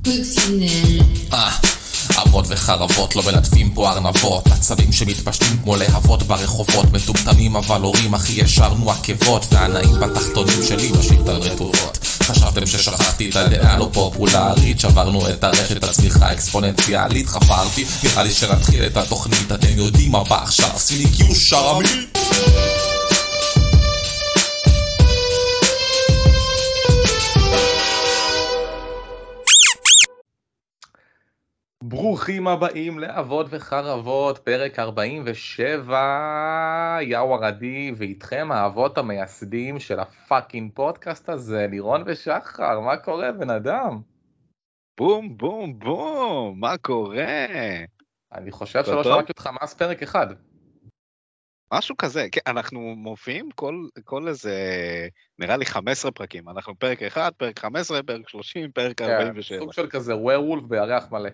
אבות וחרבות לא מלטפים פה ארנבות, עצבים שמתפשטים כמו להבות ברחובות, מטומטמים אבל הורים הכי ישרנו עקבות, והנאים בתחתונים שלי בשלטן רטובות. חשבתם ששכחתי את הדעה לא פופולרית, שברנו את הרשת הצמיחה האקספוננציאלית, חפרתי, נראה לי שנתחיל את התוכנית, אתם יודעים מה בא עכשיו, סיליקיו שרמית. ברוכים הבאים לאבות וחרבות, פרק 47, יאו ערדי, ואיתכם האבות המייסדים של הפאקינג פודקאסט הזה, לירון ושחר. מה קורה בן אדם? בום בום בום, מה קורה? אני חושב שלא שמעתי אותך מאז פרק אחד. משהו כזה, כן, אנחנו מופיעים כל איזה, נראה לי 15 פרקים, אנחנו פרק 1, פרק 15, פרק 30, פרק 47. סוג של כזה ווירולף בירח מלא.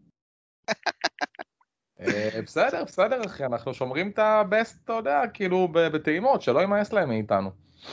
בסדר אחי, אנחנו שומרים את הבסט, אתה יודע, כאילו בטעימות, שלא יימאס להם מאיתנו.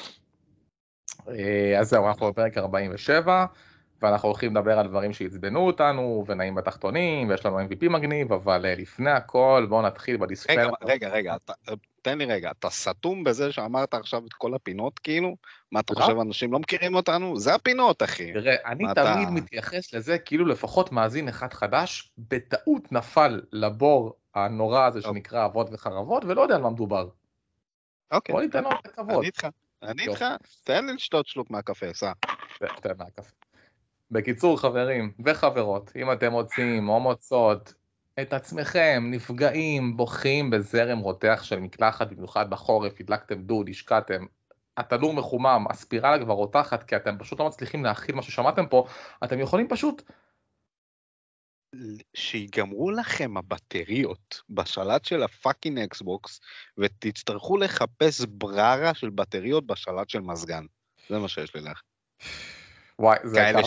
אז זהו, אנחנו בפרק 47, ואנחנו הולכים לדבר על דברים שהצבנו אותנו, ונעים בתחתונים, ויש לנו MVP מגניב, אבל לפני הכל, בואו נתחיל בדיספלר. רגע, תן לי רגע, אתה סתום בזה שאמרת עכשיו את כל הפינות, כאילו? מה אתה חושב, אנשים לא מכירים אותנו? זה הפינות, אחי. תראה, אני תמיד מתייחס לזה, כאילו לפחות מאזין אחד חדש, בטעות נפל לבור הנורא הזה שנקרא אבות וחרבות, ולא יודע על מה מדובר. אוקיי. בוא ניתן לו את הכבוד. אני איתך, תן לי לשתות שלוק מהקפה, סע. תן מהקפה. בקיצור חברים וחברות, אם אתם מוצאים או מוצאות את עצמכם נפגעים, בוכים בזרם רותח של מקלחת, במיוחד בחורף, הדלקתם דוד, השקעתם, התנור מחומם, הספירלה כבר רותחת, כי אתם פשוט לא מצליחים להכיל מה ששמעתם פה, אתם יכולים פשוט שיגמרו לכם הבטריות בשלט של הפאקינג אקסבוקס, ותצטרכו לחפש בררה של בטריות בשלט של מזגן. זה מה שיש לי לך. וואי, זה כאלה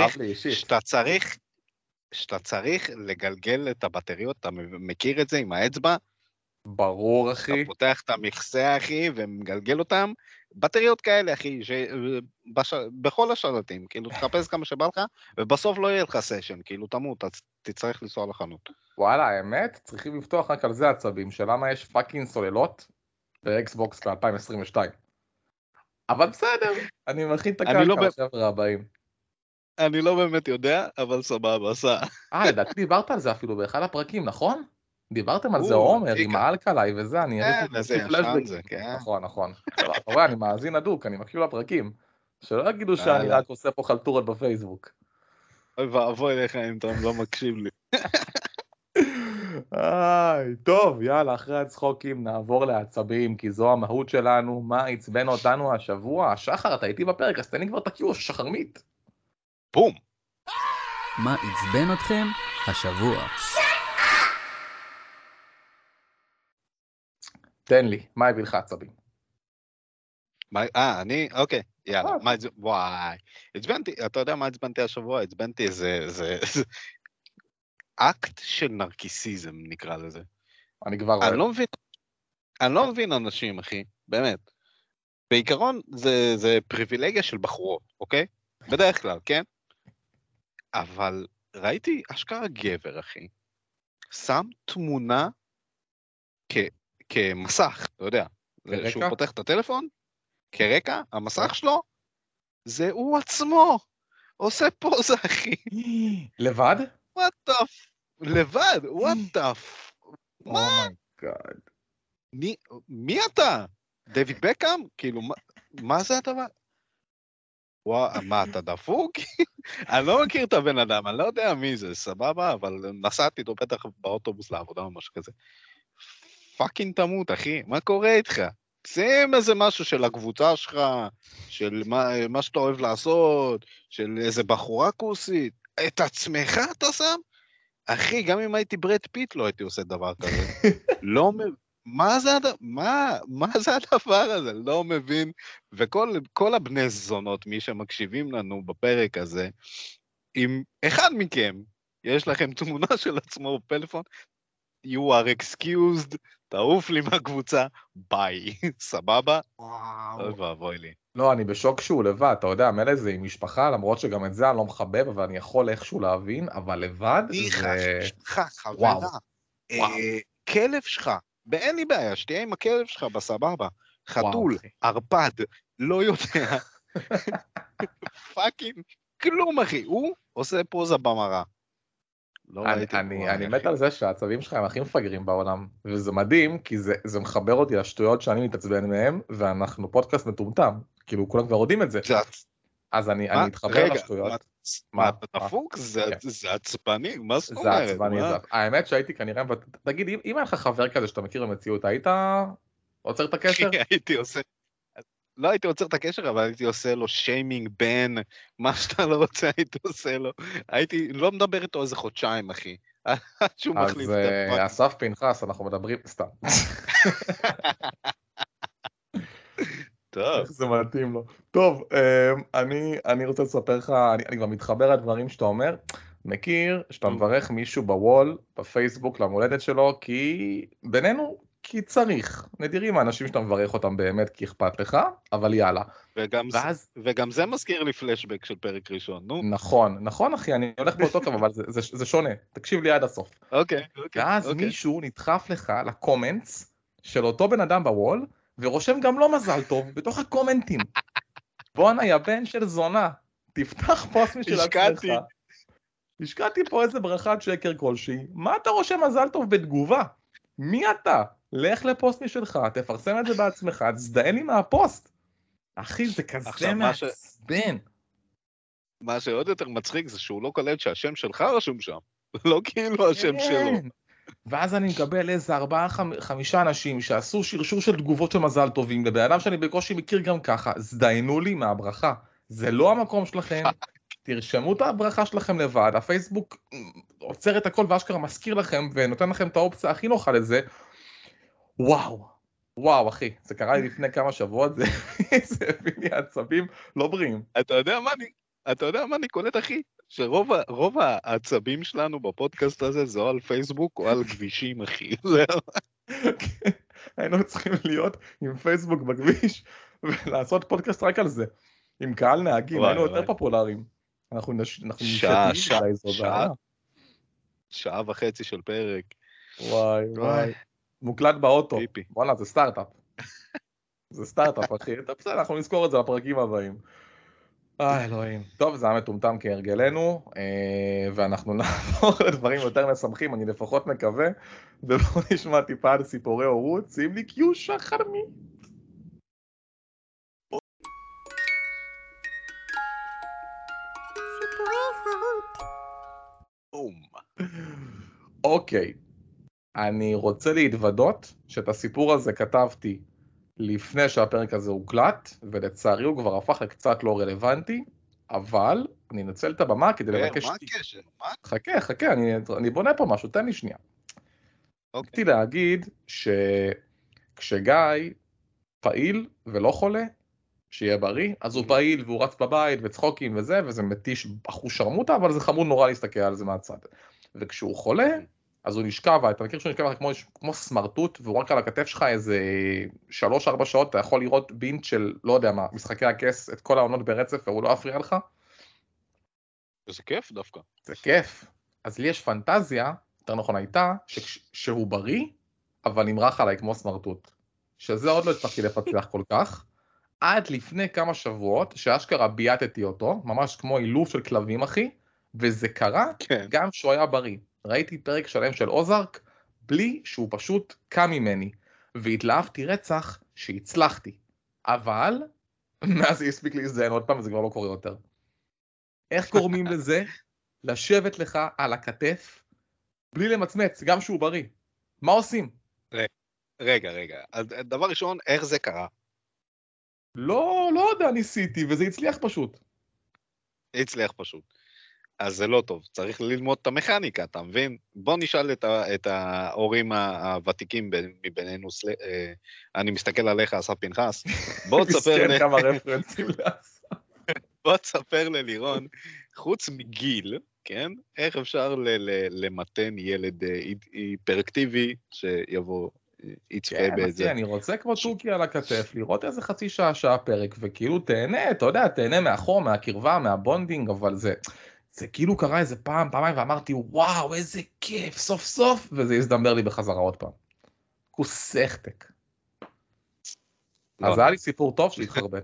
שאתה צריך לגלגל את הבטריות, אתה מכיר את זה עם האצבע? ברור אחי. אתה פותח את המכסה אחי ומגלגל אותם, בטריות כאלה אחי, בכל השלטים, כאילו תחפש כמה שבא לך, ובסוף לא יהיה לך סשן, כאילו תמות, אז תצטרך לנסוע לחנות. וואלה, האמת, צריכים לפתוח רק על זה עצבים, שלמה יש פאקינג סוללות באקסבוקס ב-2022. אבל בסדר, אני מכין את הקרקע לחבר'ה הבאים. אני לא באמת יודע, אבל סבבה, עשה. לדעתי דיברת על זה אפילו באחד הפרקים, נכון? דיברתם על זה עומר עם האלקלעי וזה, אני הראיתי זה ישן זה, כן. נכון. אתה רואה, אני מאזין הדוק, אני מקשיב לפרקים. שלא יגידו שאני רק עושה פה חלטורות בפייסבוק. אוי ואבוי לך אם אתה לא מקשיב לי. טוב, יאללה, אחרי הצחוקים נעבור לעצבים, כי זו המהות שלנו, מה עצבן אותנו השבוע. שחר, אתה איתי בפרק, אז תן לי כבר את הקיור שחרמית. בום. מה עצבן אתכם השבוע? תן לי, מה הביא לך עצבים? אני? אוקיי, יאללה. וואי, עצבנתי, אתה יודע מה עצבנתי השבוע? עצבנתי איזה אקט של נרקיסיזם, נקרא לזה. אני כבר רואה. אני לא מבין אנשים, אחי, באמת. בעיקרון זה פריבילגיה של בחורות, אוקיי? בדרך כלל, כן? אבל ראיתי אשכרה גבר, אחי, שם תמונה כמסך, אתה יודע, שהוא פותח את הטלפון, כרקע, המסך שלו, זה הוא עצמו, עושה פוזה, אחי. לבד? לבד, what the אומייגאד. מי אתה? דיוויד בקאם? כאילו, מה זה הדבר? מה, אתה דפוק? אני לא מכיר את הבן אדם, אני לא יודע מי זה, סבבה, אבל נסעתי איתו בטח באוטובוס לעבודה או משהו כזה. פאקינג תמות, אחי, מה קורה איתך? שים איזה משהו של הקבוצה שלך, של מה שאתה אוהב לעשות, של איזה בחורה כוסית, את עצמך אתה שם? אחי, גם אם הייתי ברד פיט לא הייתי עושה דבר כזה. לא מבין, מה זה הדבר הזה? לא מבין, וכל הבני זונות, מי שמקשיבים לנו בפרק הזה, אם אחד מכם, יש לכם תמונה של עצמו בפלאפון, you are excused, תעוף לי מהקבוצה, ביי, סבבה? אוי ואבוי לי. לא, אני בשוק שהוא לבד, אתה יודע, מילא זה עם משפחה, למרות שגם את זה אני לא מחבב, אבל אני יכול איכשהו להבין, אבל לבד ניחא, זה... שלך, וואו, חברה. וואו. כלב שלך, ואין לי בעיה, שתהיה עם הכלב שלך בסבבה. חתול, אחי. ערפד, לא יודע. פאקינג, כלום אחי, הוא עושה פוזה במראה. לא ראיתי אני מת על זה שהעצבים שלך הם הכי מפגרים בעולם, וזה מדהים, כי זה מחבר אותי לשטויות שאני מתעצבן מהם, ואנחנו פודקאסט מטומטם, כאילו כולם כבר יודעים את זה, אז אני אתחבר לשטויות. מה, אתה דפוק? זה עצבני, מה זאת אומרת? זה עצבני, האמת שהייתי כנראה, תגיד, אם היה לך חבר כזה שאתה מכיר במציאות, היית עוצר את הקשר? הייתי עושה, לא הייתי עוצר את הקשר, אבל הייתי עושה לו שיימינג בן, מה שאתה לא רוצה הייתי עושה לו, הייתי לא מדבר איתו איזה חודשיים, אחי. עד שהוא מחליף את הפרק. אז אסף פנחס, אנחנו מדברים, סתם. טוב. איך זה מתאים לו. טוב, אני רוצה לספר לך, אני כבר מתחבר לדברים שאתה אומר, מכיר שאתה מברך מישהו בוול, בפייסבוק, למולדת שלו, כי בינינו, כי צריך. נדירים האנשים שאתה מברך אותם באמת כי אכפת לך, אבל יאללה. וגם זה מזכיר לי פלשבק של פרק ראשון, נו. נכון אחי, אני הולך באותו קו, אבל זה שונה. תקשיב לי עד הסוף. אוקיי. ואז מישהו נדחף לך לקומנטס של אותו בן אדם בוול, ורושם גם לא מזל טוב בתוך הקומנטים. בואנה, יא בן של זונה, תפתח פוסט משל עצמך. השקעתי פה איזה ברכת שקר כלשהי. מה אתה רושם מזל טוב בתגובה? מי אתה? לך לפוסט משלך, תפרסם את זה בעצמך, תזדהן לי מהפוסט. אחי, זה כזה מעצבן. מה שעוד יותר מצחיק זה שהוא לא קולט שהשם שלך רשום שם. לא כאילו השם שלו. ואז אני מקבל איזה 4-5 אנשים שעשו שרשור של תגובות של מזל טובים, לבאדם שאני בקושי מכיר גם ככה, זדיינו לי מהברכה. זה לא המקום שלכם, תרשמו את הברכה שלכם לבד, הפייסבוק עוצר את הכל ואשכרה מזכיר לכם ונותן לכם את האופציה הכי נוחה לזה. וואו אחי, זה קרה לי לפני כמה שבועות, זה הביא לי עצבים לא בריאים. אתה יודע מה אני קולט אחי? שרוב העצבים שלנו בפודקאסט הזה זה או על פייסבוק או על כבישים אחי. היינו צריכים להיות עם פייסבוק בכביש ולעשות פודקאסט רק על זה. עם קהל נהגים, היינו יותר פופולריים. אנחנו שעה וחצי של פרק. וואי. מוקלט באוטו. וואלה, זה סטארט-אפ. זה סטארט-אפ אחי. בסדר, אנחנו נזכור את זה בפרקים הבאים. אלוהים. טוב, זה היה מטומטם כהרגלנו, ואנחנו נעבור לדברים יותר משמחים, אני לפחות מקווה, ובואו נשמע טיפה על סיפורי הורות, שים לי קיושה חרמי. אוקיי, אני רוצה להתוודות שאת הסיפור הזה כתבתי לפני שהפרק הזה הוקלט, ולצערי הוא כבר הפך לקצת לא רלוונטי, אבל אני אנצל את הבמה כדי לבקש... מה הקשר? חכה, אני בונה פה משהו, תן לי שנייה. רציתי להגיד שכשגיא פעיל ולא חולה, שיהיה בריא, אז הוא פעיל והוא רץ בבית וצחוקים וזה מתיש אחוז שרמוטה, אבל זה חמוד נורא להסתכל על זה מהצד. וכשהוא חולה, אז הוא נשכב, אתה מכיר שהוא נשכב לך כמו סמרטוט, והוא רק על הכתף שלך איזה 3-4 שעות, אתה יכול לראות בינט של, לא יודע מה, משחקי הכס, את כל העונות ברצף, והוא לא יפריע לך. זה כיף דווקא. זה כיף. אז לי יש פנטזיה, יותר נכון הייתה, שהוא בריא, אבל נמרח עליי כמו סמרטוט. שזה עוד לא הצלחתי לפצח כל כך. עד לפני כמה שבועות, שאשכרה בייתתי אותו, ממש כמו אילוף של כלבים אחי, וזה קרה גם שהוא היה בריא. ראיתי פרק שלם של אוזרק, בלי שהוא פשוט קם ממני, והתלהבתי רצח שהצלחתי. אבל, מאז היא הספיק להזדהן עוד פעם, זה כבר לא קורה יותר. איך קוראים לזה? לשבת לך על הכתף, בלי למצמץ, גם שהוא בריא. מה עושים? רגע. דבר ראשון, איך זה קרה? לא יודע, ניסיתי, וזה הצליח פשוט. אז זה לא טוב, צריך ללמוד את המכניקה, אתה מבין? בוא נשאל את ההורים הוותיקים מבינינו, אני מסתכל עליך, אסף פנחס, בוא תספר ללירון, חוץ מגיל, כן? איך אפשר למתן ילד היפראקטיבי שיבוא יצפה כן, בזה. אחי, אני רוצה כמו טורקי על הכתף, לראות איזה חצי שעה פרק, וכאילו תהנה, אתה יודע, תהנה מהחום, מהקרבה, מהבונדינג, אבל זה כאילו קרה איזה פעמיים, ואמרתי, וואו, איזה כיף, סוף סוף, וזה יזדמבר לי בחזרה עוד פעם. כוסכתק. אז היה לי סיפור טוב שהתחרבן.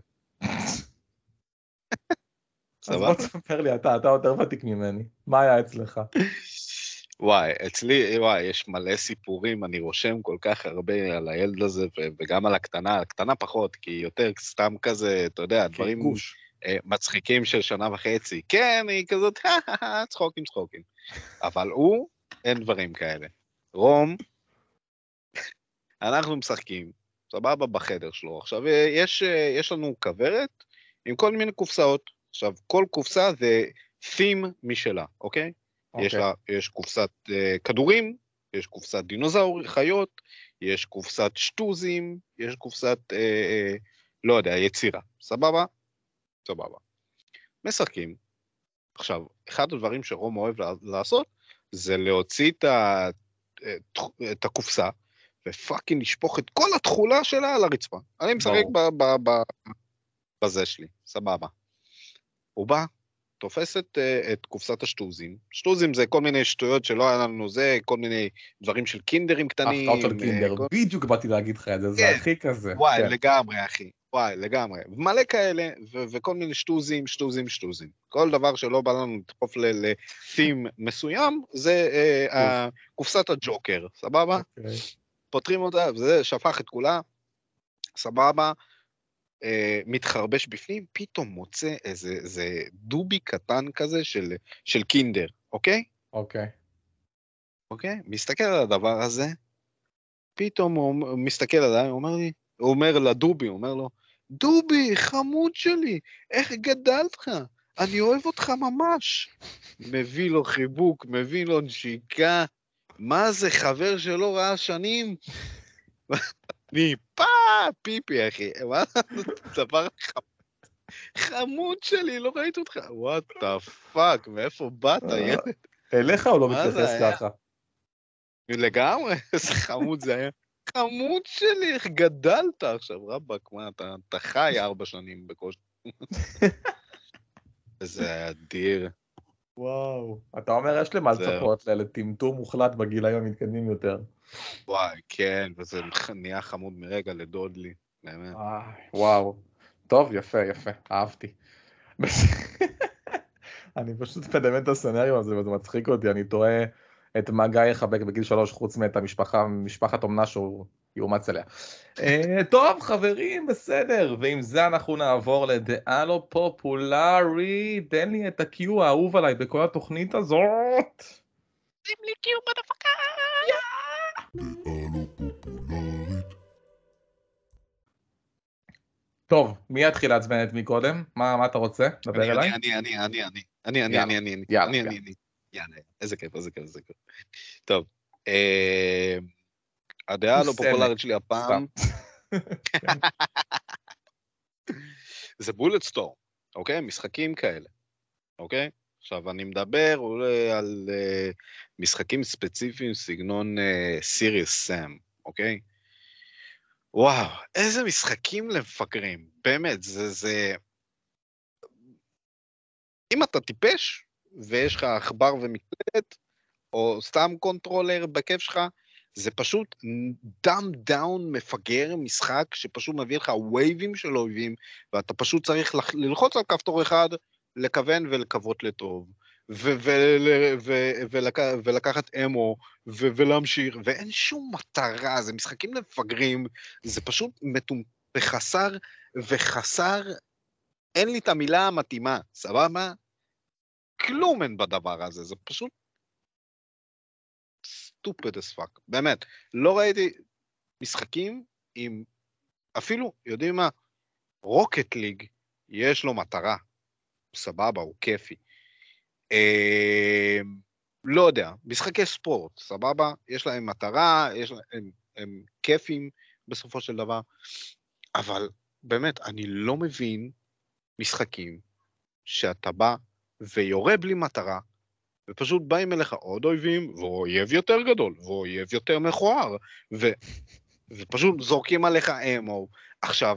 אז בוא תספר לי, אתה יותר ותיק ממני. מה היה אצלך? וואי, אצלי, יש מלא סיפורים, אני רושם כל כך הרבה על הילד הזה, וגם על הקטנה פחות, כי יותר סתם כזה, אתה יודע, דברים מצחיקים של 1.5 שנה. כן, היא כזאת, צחוקים. אבל אין דברים כאלה. רום, אנחנו משחקים, סבבה בחדר שלו. עכשיו, יש לנו כברת עם כל מיני קופסאות. עכשיו, כל קופסה זה theme משלה, אוקיי? יש קופסת כדורים, יש קופסת דינוזאור, חיות, יש קופסת שטוזים, יש קופסת, לא יודע, יצירה. סבבה? סבבה. משחקים. עכשיו, אחד הדברים שרום אוהב לעשות, זה להוציא את הקופסה, ופאקינג לשפוך את כל התכולה שלה על הרצפה. אני משחק בזה שלי, סבבה. הוא בא, תופס את קופסת השטוזים. שטוזים זה כל מיני שטויות שלא היה לנו זה, כל מיני דברים של קינדרים קטנים. הפתעות של קינדר, בדיוק באתי להגיד לך את זה, זה הכי כזה. וואי, לגמרי, אחי. וואי, לגמרי. מלא כאלה, וכל מיני שטוזים. כל דבר שלא בא לנו לדחוף לתים מסוים, זה קופסת הג'וקר, סבבה? פותרים אותה, וזה שפך את כולה, סבבה, מתחרבש בפנים, פתאום מוצא איזה דובי קטן כזה של קינדר, אוקיי? אוקיי. מסתכל על הדבר הזה, פתאום הוא מסתכל עליי, הוא אומר לדובי, הוא אומר לו, דובי, חמוד שלי, איך גדלת לך? אני אוהב אותך ממש. מביא לו חיבוק, מביא לו נשיקה, מה זה חבר שלא ראה שנים? אני פיפי, אחי, מה זה דבר חמוד שלי, לא ראיתי אותך, what the fuck, מאיפה באת, ילד? אליך הוא לא מתייחס ככה? לגמרי, איזה חמוד זה היה. חמוד שלי, איך גדלת עכשיו, רבק, מה, אתה חי 4 שנים בקושי. זה אדיר. וואו, אתה אומר יש למה לצפות לטמטום מוחלט בגילאים המתקדמים יותר. וואי, כן, וזה נהיה חמוד מרגע לדוד לי, באמת. וואו, טוב, יפה, אהבתי. אני פשוט מדמיין את הסצנריו הזה וזה מצחיק אותי, אני טועה את מה גיא יחבק בגיל 3 חוץ מאת משפחת אומנה שהוא יאומץ אליה. טוב חברים, בסדר, ועם זה אנחנו נעבור לדעה לא פופולרית. תן לי את הקיו האהוב עליי בכל התוכנית הזאת. שים לי קיו בדפקה. דעה לא פופולרית. טוב, מי יתחיל לעצבן את מי קודם? מה אתה רוצה? דבר אליי? אני. יאללה, איזה כיף. טוב, הדעה הלא פופולרית שלי הפעם, זה בולט סטורם, אוקיי? משחקים כאלה, אוקיי? עכשיו, אני מדבר על משחקים ספציפיים סגנון סיריוס סם, אוקיי? וואו, איזה משחקים למפגרים, באמת, זה... אם אתה טיפש, ויש לך עכבר ומקלט, או סתם קונטרולר בכיף שלך, זה פשוט דאם דאון מפגר משחק, שפשוט מביא לך וייבים של אויבים, ואתה פשוט צריך ללחוץ על כפתור אחד, לכוון ולקוות לטוב, ולקחת אמו, ולהמשיך, ואין שום מטרה, זה משחקים למפגרים, זה פשוט וחסר, אין לי את המילה המתאימה, סבבה? כלום אין בדבר הזה, זה פשוט stupid as fuck, באמת, לא ראיתי משחקים עם, אפילו, יודעים מה, רוקט ליג, יש לו מטרה, הוא סבבה, הוא כיפי, לא יודע, משחקי ספורט, סבבה, יש להם מטרה, הם כיפים בסופו של דבר, אבל באמת, אני לא מבין משחקים שאתה בא ויורה בלי מטרה, ופשוט באים אליך עוד אויבים, ואויב יותר גדול, ואויב יותר מכוער, ופשוט זורקים עליך אמו. עכשיו,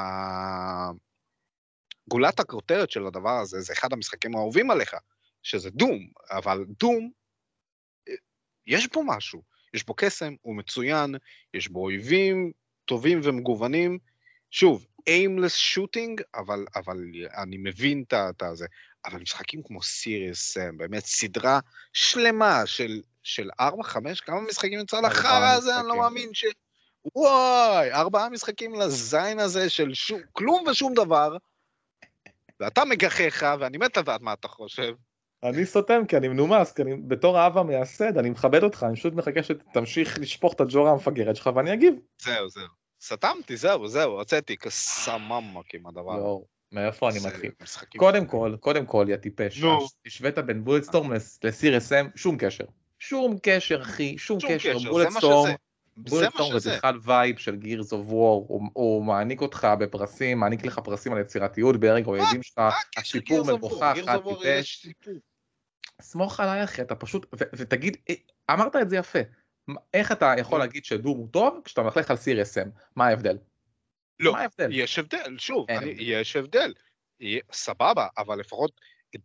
גולת הכותרת של הדבר הזה, זה אחד המשחקים האהובים עליך, שזה דום, אבל דום, יש בו משהו, יש בו קסם, הוא מצוין, יש בו אויבים טובים ומגוונים, שוב, aimless shooting, אבל אני מבין את זה, אבל משחקים כמו סיריוס סם, באמת סדרה שלמה של 4-5, כמה משחקים יצא לחרא הזה, אני לא מאמין וואי, 4 משחקים לזין הזה של כלום ושום דבר, ואתה מגחך, ואני מת לדעת מה אתה חושב. אני סותם, כי אני מנומס, כי אני בתור האב המייסד, אני מכבד אותך, אני פשוט מחכה שתמשיך לשפוך את הג'ורה המפגרת שלך, ואני אגיב. זהו. סתמתי, זהו, הוצאתי כסממק עם הדבר. יואו, מאיפה אני מתחיל? קודם כל, יא טיפש, השווית בין בולטסטורם לסיריוס סם, שום קשר, אחי, שום קשר, בולטסטורם זה בכלל וייב של גירס אוף וור, הוא מעניק אותך בפרסים, מעניק לך פרסים על יצירתיות בהרג אויבים שלך, הסיפור מבוכח, טיפש. סמוך עליי אחי, אתה פשוט, ותגיד, אמרת את זה יפה, איך אתה יכול להגיד שדום הוא טוב כשאתה מחלך על סיריוס סם? מה ההבדל? לא, יש הבדל, שוב, יש הבדל, סבבה, אבל לפחות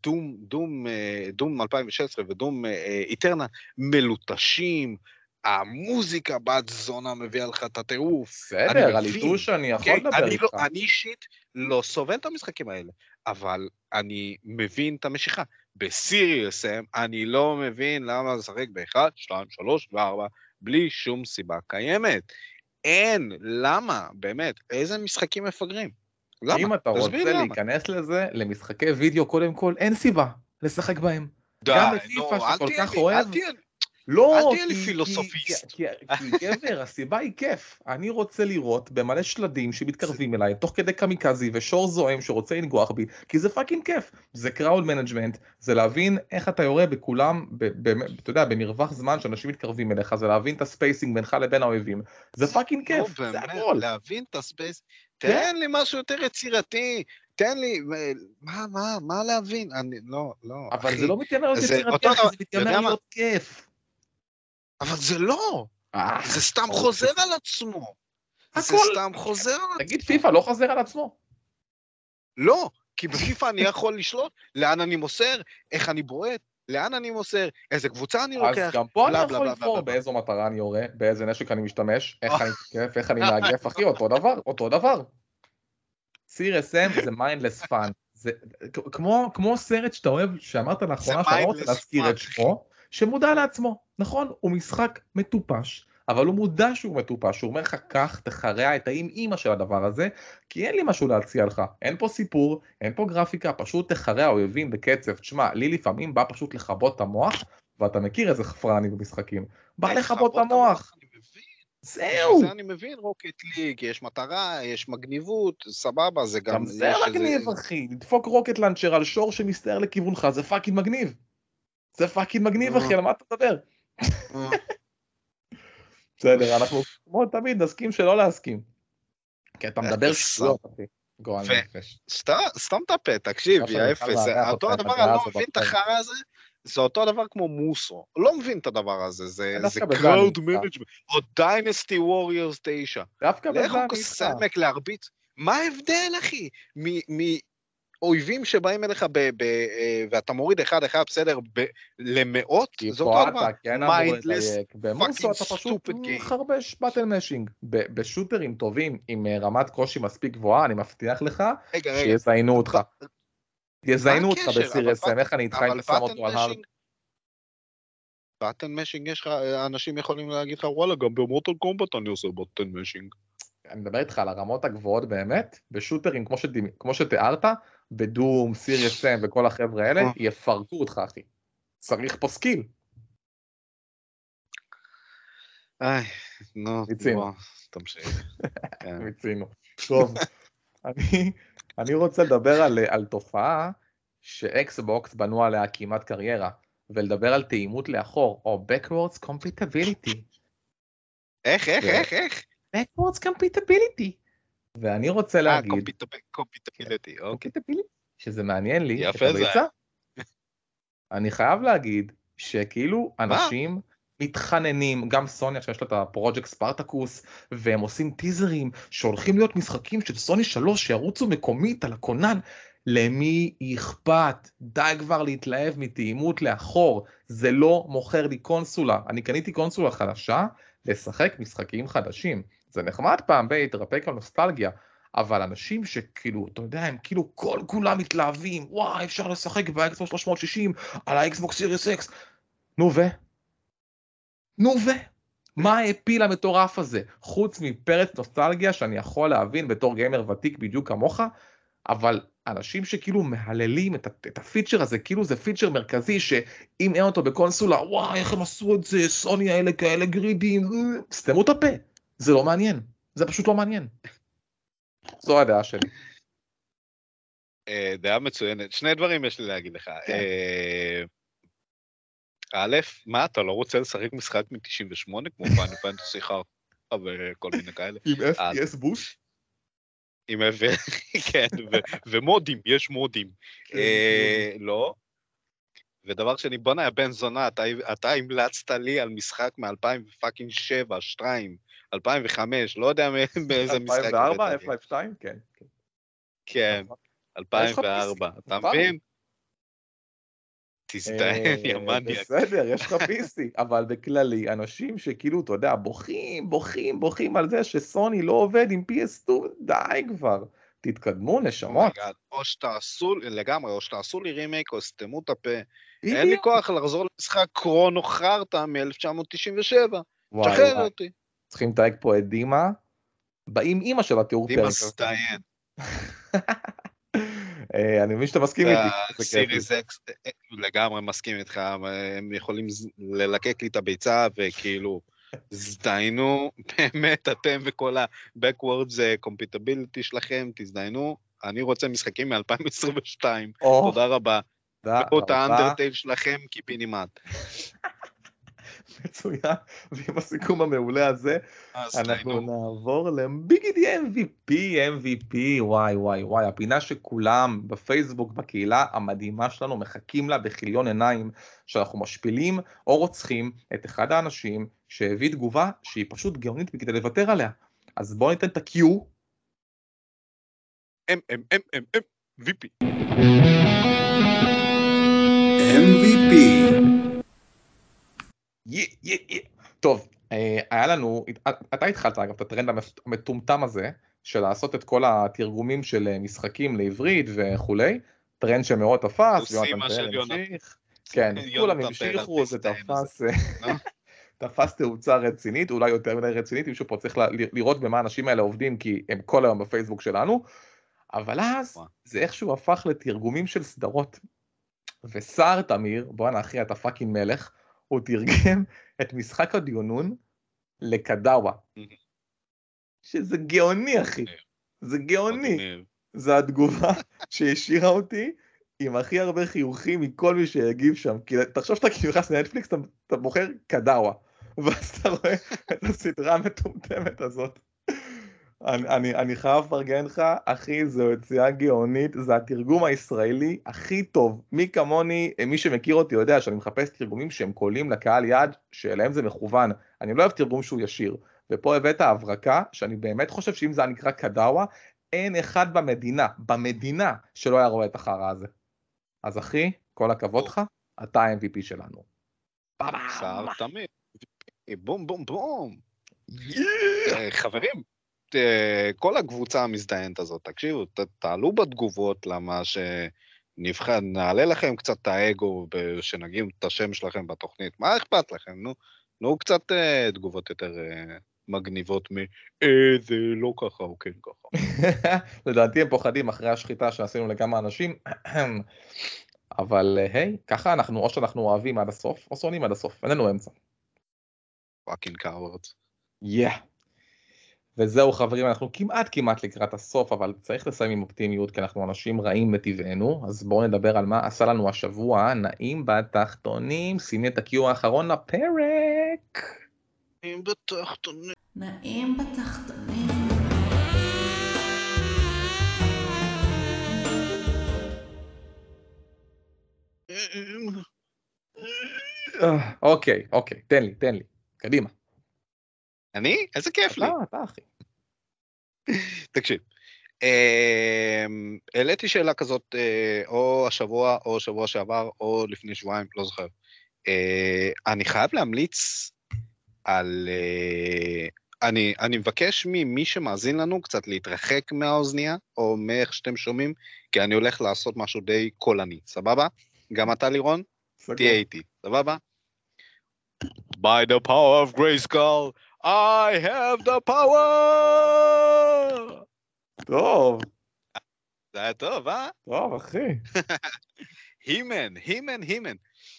דום 2016 ודום איטרנה מלוטשים, המוזיקה בת זונה מביאה לך את הטירוף. בסדר, על איתוש אני יכול לדבר איתך. אני אישית לא סובל את המשחקים האלה, אבל אני מבין את המשיכה. בסיריוס סם אני לא מבין למה לשחק ב-1, 2, 3 ו-4, בלי שום סיבה קיימת. אין, למה? באמת, איזה משחקים מפגרים? למה? אם אתה רוצה להיכנס לזה, למשחקי וידאו קודם כל, אין סיבה לשחק בהם. גם בפיפה שכל כך אוהב. לא, אל תהיה לי פילוסופיסט. כי גבר, הסיבה היא כיף. אני רוצה לראות במלא שלדים שמתקרבים אליי, תוך כדי קמיקזי ושור זוהם שרוצה לנגוח בי, כי זה פאקינג כיף. זה קראוד מנג'מנט, זה להבין איך אתה יורה בכולם, אתה יודע, במרווח זמן שאנשים מתקרבים אליך, זה להבין את הספייסינג בינך לבין האויבים. זה פאקינג כיף, זה הכל. להבין את הספייסינג, תן לי משהו יותר יצירתי, תן לי, מה להבין? לא, אבל זה לא מתיימר להיות יצירתי, זה מתיימר להיות כיף. אבל זה לא, זה סתם חוזר על עצמו. תגיד, פיפה לא חוזר על עצמו. לא, כי בפיפה אני יכול לשלוט לאן אני מוסר, איך אני בועט, לאן אני מוסר, איזה קבוצה אני לוקח. אז גם פה אני יכול לבחור באיזו מטרה אני יורה, באיזה נשק אני משתמש, איך אני תוקף, איך אני מאגף, אחי, אותו דבר. סיריוס סם זה mindless fun. זה כמו סרט שאתה אוהב, שאמרת לאחרונה שאתה לא רוצה להזכיר את שמו, שמודע לעצמו, נכון? הוא משחק מטופש, אבל הוא מודע שהוא מטופש, הוא אומר לך כך, תחרע את האמא של הדבר הזה, כי אין לי משהו להציע לך, אין פה סיפור, אין פה גרפיקה, פשוט תחרע אויבים בקצב. תשמע, לי לפעמים בא פשוט לחבות את המוח, ואתה מכיר איזה חפרני במשחקים, בא לחבות את המוח. זהו. זה אני מבין, רוקט ליג, יש מטרה, יש מגניבות, סבבה, זה גם זה מגניב, אחי, לדפוק רוקט לנצ'ר על שור שמסתער לכיוונך, זה פאקינג מגניב. זה פאקינג מגניב, אחי, על מה אתה מדבר? בסדר, אנחנו כמו תמיד נסכים שלא להסכים. כי אתה מדבר שטויות, אחי. גועל נפש. סתם את הפה, תקשיב, יא אפס. אותו הדבר, אני לא מבין את החרא הזה, זה אותו הדבר כמו מוסו. לא מבין את הדבר הזה, זה קראוד מנג'מנט, או דיינסטי ווריורס 9. דווקא בזה לכו כסמק להרביץ. מה ההבדל, אחי? אויבים שבאים אליך ואתה מוריד אחד בסדר למאות, זה אותו דבר. מיינדלס, במוסו אתה פשוט חרבש בטל משינג. בשוטרים טובים עם רמת קושי מספיק גבוהה, אני מבטיח לך שיזיינו אותך. יזיינו אותך בסיריוס סם, איך אני איתך אם שם אותו על הרד. בטל משינג יש לך, אנשים יכולים להגיד לך, וואלה, גם במוטל קומבט אני עושה בטל משינג. אני מדבר איתך על הרמות הגבוהות באמת, בשוטרים כמו שתיארת, בדום, סיריוס סם וכל החבר'ה האלה, יפרקו אותך, אחי. צריך פה סקיל. מיצינו. מיצינו. טוב, אני רוצה לדבר על תופעה שאקסבוקס בנו עליה כמעט קריירה, ולדבר על תאימות לאחור, או backwards compatibility. איך? backwards compatibility. ואני רוצה להגיד... compatibility, אוקיי. שזה מעניין לי. יפה זה. אני חייב להגיד שכאילו אנשים מתחננים, גם סוני שיש לה את הפרוג'קט ספרטקוס, והם עושים טיזרים שהולכים להיות משחקים של סוני 3 שירוצו מקומית על הכונן. למי אכפת? די כבר להתלהב מתאימות לאחור, זה לא מוכר לי קונסולה. אני קניתי קונסולה חדשה לשחק משחקים חדשים. זה נחמד פעם להתרפק על נוסטלגיה, אבל אנשים שכאילו, אתה יודע, הם כאילו כל כולם מתלהבים, וואי, אפשר לשחק באקסבוקס 360 על האקסבוקס סיריוס אקס. נו ו? מה הפיל המטורף הזה? חוץ מפרץ נוסטלגיה שאני יכול להבין בתור גיימר ותיק בדיוק כמוך, אבל אנשים שכאילו מהללים את הפיצ'ר הזה, כאילו זה פיצ'ר מרכזי שאם אין אותו בקונסולה, וואי, איך הם עשו את זה, סוני האלה כאלה גרידים, סתמו את הפה. זה לא מעניין. זה פשוט לא מעניין. זו הדעה שלי. דעה מצוינת. שני דברים יש לי להגיד לך. א', מה, אתה לא רוצה לשחק משחק מ-98, כמו פיינל פנטסי חרטא וכל מיני כאלה? עם FPS בוש? עם כן, ומודים, יש מודים. לא. ודבר שני, בוא נהיה בן זונה, אתה המלצת לי על משחק מ-2007, 2, 2005, לא יודע מאיזה משחק. 2004, F-Life 2? כן. כן, 2004, אתה מבין? תזדהן, יא מניאק. בסדר, יש לך פיסי, אבל בכללי, אנשים שכאילו, אתה יודע, בוכים על זה שסוני לא עובד עם PS2, די כבר, תתקדמו, נשמות. או שתעשו לי רימייק, או סתמו את הפה. אין לי כוח לחזור למשחק קרונו חרטא מ-1997. תשחרר אותי. צריכים לתייג פה את דימה, באים אמא של התיאור פרק. דימה סטיין. אני מבין שאתה מסכים איתי. סיריס אקס, לגמרי מסכים איתך, הם יכולים ללקק לי את הביצה, וכאילו, זדיינו, באמת, אתם וכל ה-Backwards compatibility שלכם, תזדיינו, אני רוצה משחקים מ-2022, תודה רבה. ועוד את האנדרטייל שלכם, קיפינימט. מצוין, ועם הסיכום המעולה הזה, אנחנו נעבור לביגידי MVP, וואי, הפינה שכולם בפייסבוק, בקהילה המדהימה שלנו, מחכים לה בכיליון עיניים, שאנחנו משפילים או רוצחים את אחד האנשים שהביא תגובה שהיא פשוט גאונית כדי לוותר עליה. אז בואו ניתן את ה-Q. MVP. טוב, היה לנו, אתה התחלת אגב את הטרנד המטומטם הזה, של לעשות את כל התרגומים של משחקים לעברית וכולי, טרנד שמאוד תפס, כן, כולם המשיכו, זה תפס תאוצה רצינית, אולי יותר מדי רצינית, מישהו פה צריך לראות במה האנשים האלה עובדים, כי הם כל היום בפייסבוק שלנו, אבל אז זה איכשהו הפך לתרגומים של סדרות, ושר תמיר, בוא נאחי אתה פאקינג מלך, הוא תרגם את משחק הדיונון לקדאווה. שזה גאוני, אחי. זה גאוני. זה התגובה שהשאירה אותי עם הכי הרבה חיוכים מכל מי שיגיב שם. כי תחשוב שאתה כאילו נכנס לנטפליקס, אתה בוחר קדאווה. ואז אתה רואה את הסדרה המטומטמת הזאת. אני חייב לפרגן לך, אחי, זו יציאה גאונית, זה התרגום הישראלי הכי טוב. מי כמוני, מי שמכיר אותי יודע שאני מחפש תרגומים שהם קולים לקהל יד, שאליהם זה מכוון. אני לא אוהב תרגום שהוא ישיר. ופה הבאת הברקה, שאני באמת חושב שאם זה נקרא קדאווה, אין אחד במדינה שלא היה רואה את החרא הזה. אז אחי, כל הכבוד לך, אתה ה-MVP שלנו. שר תמיד. בום בום בום. חברים. כל הקבוצה המזדיינת הזאת, תקשיבו, תעלו בתגובות למה שנבחר, נעלה לכם קצת את האגו, שנגיע את השם שלכם בתוכנית, מה אכפת לכם? נו קצת תגובות יותר מגניבות זה לא ככה או כן ככה. לדעתי הם פוחדים אחרי השחיטה שעשינו לכמה אנשים, אבל היי, ככה אנחנו, או שאנחנו אוהבים עד הסוף, או שונאים עד הסוף, איננו אמצע. פאקינג קאוורדס. וזהו חברים, אנחנו כמעט לקראת הסוף, אבל צריך לסיים עם אופטימיות, כי אנחנו אנשים רעים מטבענו, אז בואו נדבר על מה עשה לנו השבוע, נעים בתחתונים, שימי את הקיו האחרון לפרק. נעים בתחתונים. נעים בתחתונים. אוקיי, תן לי. קדימה. אני? איזה כיף לי. אתה אחי. תקשיב. העליתי שאלה כזאת, או השבוע, או שבוע שעבר, או לפני שבועיים, לא זוכר. אני חייב להמליץ על... אני מבקש ממי שמאזין לנו קצת להתרחק מהאוזניה, או מאיך שאתם שומעים, כי אני הולך לעשות משהו די קולני, סבבה? גם אתה לירון? תהיה איתי, סבבה? By the power of Grayskull, I have the power! טוב. זה היה טוב, אה? טוב, אחי. הימן.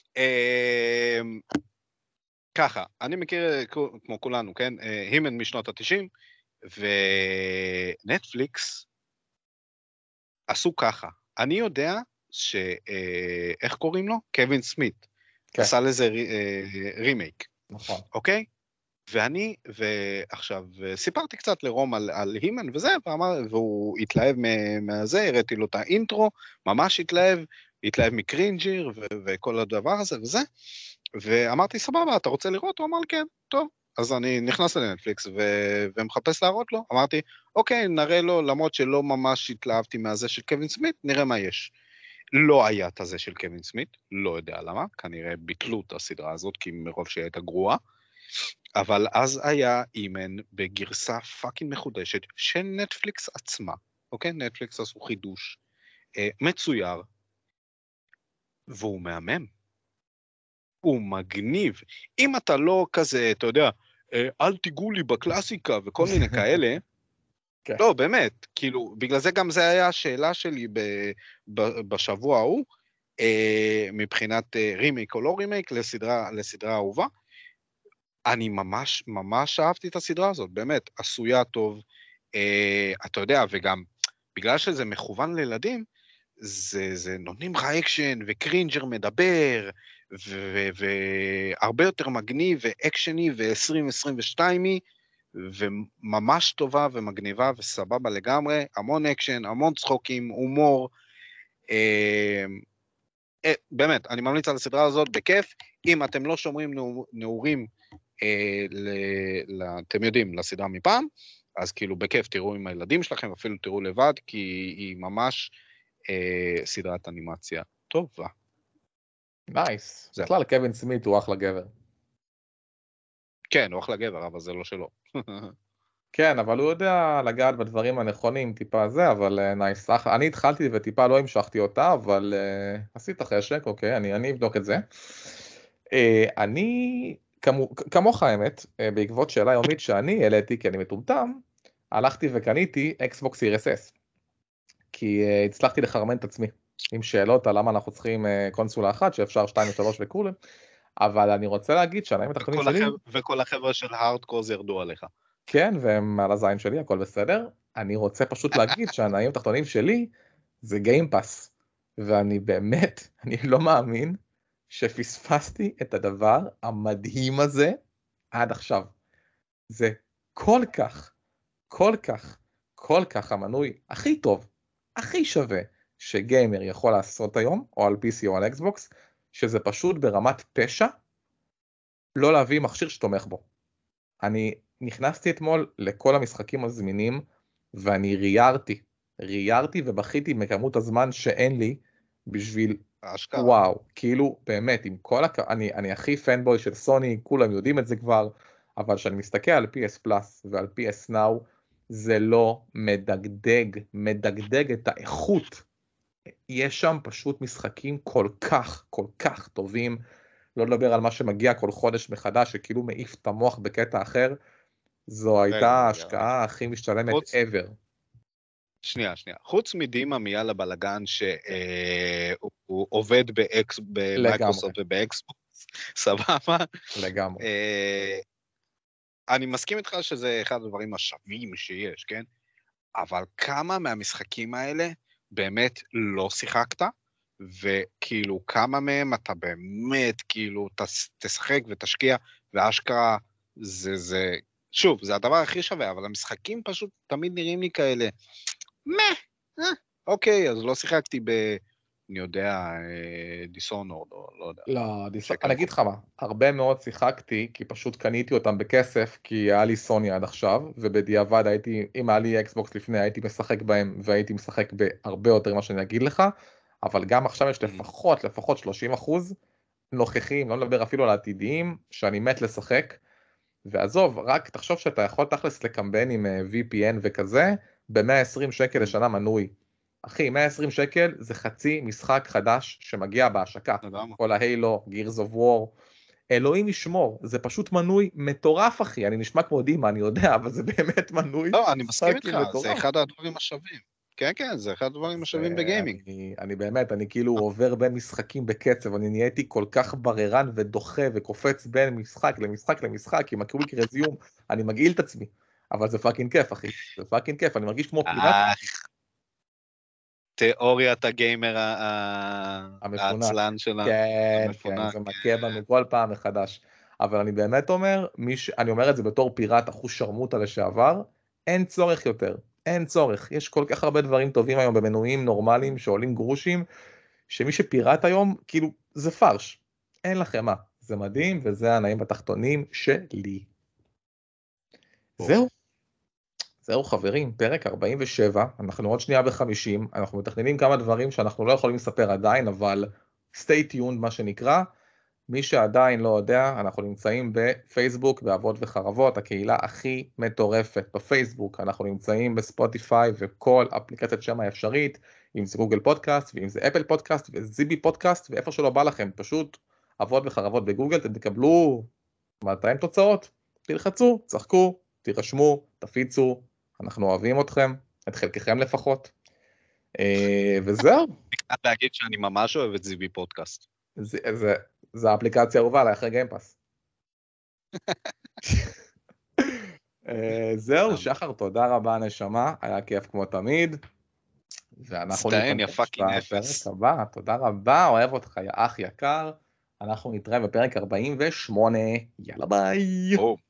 ככה, אני מכיר כמו כולנו, כן? הימן משנות ה-90, ונטפליקס עשו ככה. אני יודע איך קוראים לו? קווין סמית. כן. עשה לזה רימייק. נכון. אוקיי? ועכשיו, סיפרתי קצת לרום על הימן וזה, והוא התלהב מהזה, הראיתי לו את האינטרו, ממש התלהב מקרינג'יר וכל הדבר הזה וזה, ואמרתי, סבבה, אתה רוצה לראות? הוא אמר לי, כן, טוב. אז אני נכנס לנטפליקס ומחפש להראות לו, אמרתי, אוקיי, נראה לו, למרות שלא ממש התלהבתי מהזה של קווין סמית, נראה מה יש. לא היה את הזה של קווין סמית, לא יודע למה, כנראה ביטלו את הסדרה הזאת, כי מרוב שהיא הייתה גרועה, אבל אז היה אימן בגרסה פאקינג מחודשת של נטפליקס עצמה, אוקיי? נטפליקס עשו חידוש, מצויר, והוא מהמם. הוא מגניב. אם אתה לא כזה, אתה יודע, אל תיגעו לי בקלאסיקה וכל מיני כאלה, כן. לא, באמת, כאילו, בגלל זה גם זה היה השאלה שלי בשבוע ההוא, מבחינת רימייק או לא רימייק לסדרה אהובה, אני ממש אהבתי את הסדרה הזאת, באמת, עשויה טוב, אתה יודע, וגם בגלל שזה מכוון לילדים, זה נותנים לך אקשן וקרינג'ר מדבר, והרבה יותר מגניב ואקשני ו-2022 וממש טובה ומגניבה וסבבה לגמרי, המון אקשן, המון צחוקים, הומור, באמת, אני ממליץ על הסדרה הזאת בכיף, אם אתם לא שומרים נעורים, אתם יודעים, לסדרה מפעם, אז כאילו בכיף תראו עם הילדים שלכם, אפילו תראו לבד, כי היא ממש סדרת אנימציה טובה. נייס. בכלל, קווין סמית הוא אחלה גבר. כן, הוא אחלה גבר, אבל זה לא שלו. כן, אבל הוא יודע לגעת בדברים הנכונים, טיפה זה, אבל נייס. אני התחלתי וטיפה לא המשכתי אותה, אבל עשית חשק, אוקיי, אני אבדוק את זה. אני, כמוך האמת, בעקבות שאלה יומית שאני העליתי, כי אני מטומטם, הלכתי וקניתי Xbox Series S. כי הצלחתי לחרמן את עצמי עם שאלות על למה אנחנו צריכים קונסולה אחת, שאפשר 2 ו-3 וכולי, אבל אני רוצה להגיד שהנאים התחתונים שלי... וכל החבר'ה של הארדקורס ירדו עליך. כן, והם על הזין שלי, הכל בסדר. אני רוצה פשוט להגיד שהנאים התחתונים שלי זה גיימפאס, ואני באמת, אני לא מאמין שפספסתי את הדבר המדהים הזה עד עכשיו. זה כל כך המנוי הכי טוב, הכי שווה שגיימר יכול לעשות היום, או על PC או על Xbox, שזה פשוט ברמת פשע, לא להביא מכשיר שתומך בו. אני נכנסתי אתמול לכל המשחקים הזמינים, ואני ריירתי ובכיתי מכמות הזמן שאין לי, בשביל, וואו, כאילו באמת, עם כל אני הכי פנבוי של סוני, כולם יודעים את זה כבר, אבל כשאני מסתכל על PS Plus ועל PS Now, זה לא מדגדג את האיכות. יש שם פשוט משחקים כל כך טובים, לא לדבר על מה שמגיע כל חודש מחדש, שכאילו מעיף את המוח בקטע אחר, זו הייתה ההשקעה הכי משתלמת ever. שנייה. חוץ מדימה מיאללה בלגן שהוא עובד במייקרוסופט ובאקסבוקס, סבבה? לגמרי. אני מסכים איתך שזה אחד הדברים השווים שיש, כן? אבל כמה מהמשחקים האלה באמת לא שיחקת, וכאילו כמה מהם אתה באמת כאילו תשחק ותשקיע, ואשכרה זה, שוב, זה הדבר הכי שווה, אבל המשחקים פשוט תמיד נראים לי כאלה, אוקיי, אז לא שיחקתי אני יודע, דיסונורד, או לא יודע. לא, אני אגיד לך מה, הרבה מאוד שיחקתי, כי פשוט קניתי אותם בכסף, כי היה לי סוני עד עכשיו, ובדיעבד אם היה לי אקסבוקס לפני, הייתי משחק בהם, והייתי משחק בהרבה יותר מה שאני אגיד לך, אבל גם עכשיו יש לפחות 30% נוכחים, לא מדבר אפילו על העתידיים, שאני מת לשחק, ועזוב, רק תחשוב שאתה יכול תכלס לקמבן עם VPN וכזה, ב-120 שקל לשנה מנוי. אחי, 120 שקל זה חצי משחק חדש שמגיע בהשקה. כל ההיילו, Gears of War, אלוהים ישמור, זה פשוט מנוי מטורף, אחי. אני נשמע כמו דימה, אני יודע, אבל זה באמת מנוי. לא, אני מסכים איתך, זה אחד הדברים השווים. כן, כן, זה אחד הדברים השווים בגיימינג. אני באמת, אני כאילו עובר בין משחקים בקצב, אני נהייתי כל כך בררן ודוחה וקופץ בין משחק למשחק למשחק, עם הקוויק רזיום, אני מגעיל את עצמי. אבל זה פאקינג כיף, אחי. זה פאקינג כיף, אני מרגיש כמו פיראט. תיאוריית הגיימר העצלן שלנו. כן, כן, זה מכה בנו כל פעם מחדש. אבל אני באמת אומר, אני אומר את זה בתור פיראט אחוז שרמוטה לשעבר, אין צורך יותר. אין צורך, יש כל כך הרבה דברים טובים היום במנויים נורמליים שעולים גרושים, שמי שפיראט היום, כאילו, זה פרש. אין לכם מה. זה מדהים, וזה הנעים בתחתונים שלי. זהו חברים, פרק 47, אנחנו עוד שנייה ב-50, אנחנו מתכננים כמה דברים שאנחנו לא יכולים לספר עדיין, אבל stay tuned מה שנקרא, מי שעדיין לא יודע, אנחנו נמצאים בפייסבוק, בעבוד וחרבות, הקהילה הכי מטורפת בפייסבוק, אנחנו נמצאים בספוטיפיי וכל אפליקציית שם האפשרית, אם זה גוגל פודקאסט, ואם זה אפל פודקאסט, וזיבי פודקאסט, ואיפה שלא בא לכם, פשוט עבוד וחרבות בגוגל, אתם תקבלו מתי תוצאות, תלחצו, צחקו, תירשמו, תפיצו, אנחנו אוהבים אתכם, את חלקכם לפחות, וזהו. אני להגיד שאני ממש אוהב את זיבי פודקאסט. זה האפליקציה האהובה עליי אחרי גיימפאס. זהו, שחר, תודה רבה נשמה, היה כיף כמו תמיד. ואנחנו סטיין, יפה כנפס. תודה רבה, אוהב אותך, יא אח יקר. אנחנו נתראה בפרק 48, יאללה ביי.